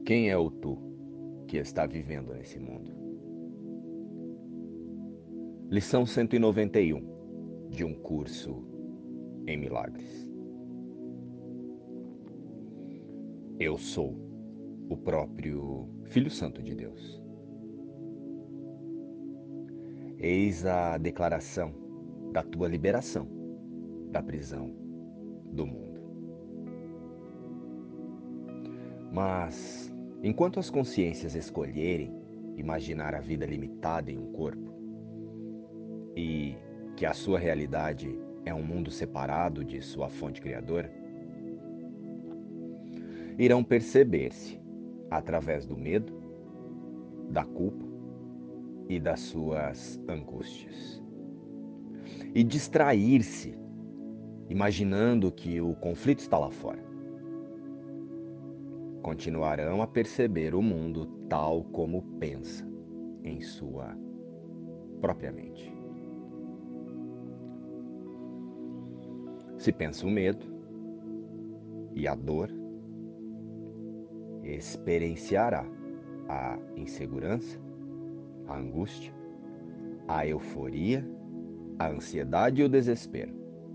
Quem é o tu que está vivendo nesse mundo? Lição 191 de um curso em milagres. Eu sou o próprio Filho Santo de Deus. Eis a declaração da tua liberação da prisão do mundo. Mas, enquanto as consciências escolherem imaginar a vida limitada em um corpo e que a sua realidade é um mundo separado de sua fonte criadora, irão perceber-se através do medo, da culpa e das suas angústias. E distrair-se, imaginando que o conflito está lá fora. Continuarão a perceber o mundo tal como pensa em sua própria mente. Se pensa o medo e a dor, experienciará a insegurança, a angústia, a euforia, a ansiedade e o desespero.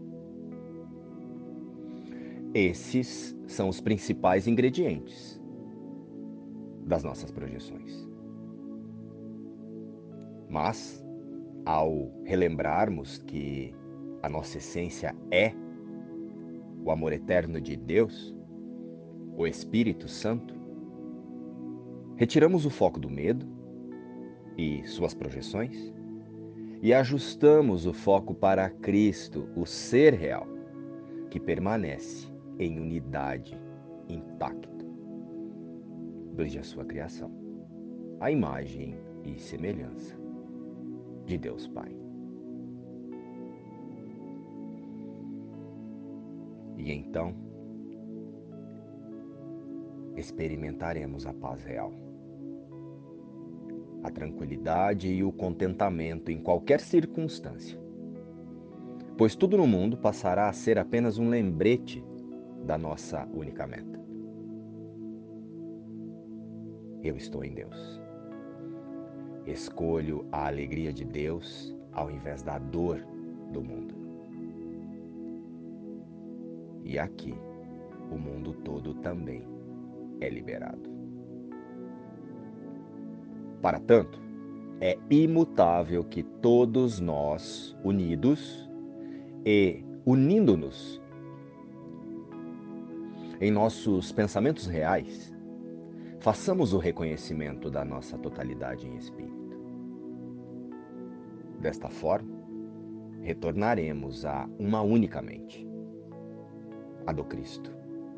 Esses são os principais ingredientes das nossas projeções. Mas, ao relembrarmos que a nossa essência é o amor eterno de Deus, o Espírito Santo, retiramos o foco do medo e suas projeções e ajustamos o foco para Cristo, o ser real, que permanece em unidade, intacto, desde a sua criação, a imagem e semelhança de Deus Pai. E então, experimentaremos a paz real, a tranquilidade e o contentamento em qualquer circunstância, pois tudo no mundo passará a ser apenas um lembrete da nossa única meta. Eu estou em Deus. Escolho a alegria de Deus ao invés da dor do mundo. E aqui, o mundo todo também é liberado. Para tanto, é imutável que todos nós, unidos e unindo-nos em nossos pensamentos reais, façamos o reconhecimento da nossa totalidade em espírito. Desta forma, retornaremos a uma única mente, a do Cristo.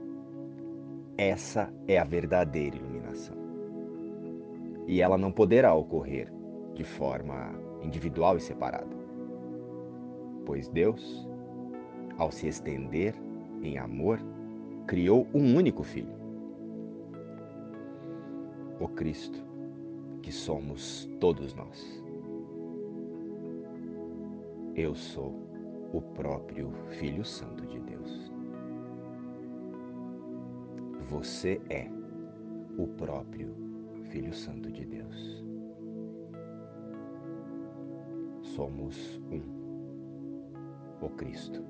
Essa é a verdadeira iluminação. E ela não poderá ocorrer de forma individual e separada, pois Deus, ao se estender em amor, criou um único Filho, o Cristo, que somos todos nós. Eu sou o próprio Filho Santo de Deus. Você é o próprio Filho Santo de Deus. Somos o Cristo,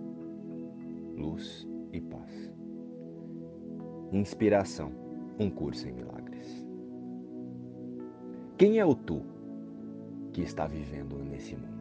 luz e paz. Inspiração, um curso em milagres. Quem é o tu que está vivendo nesse mundo?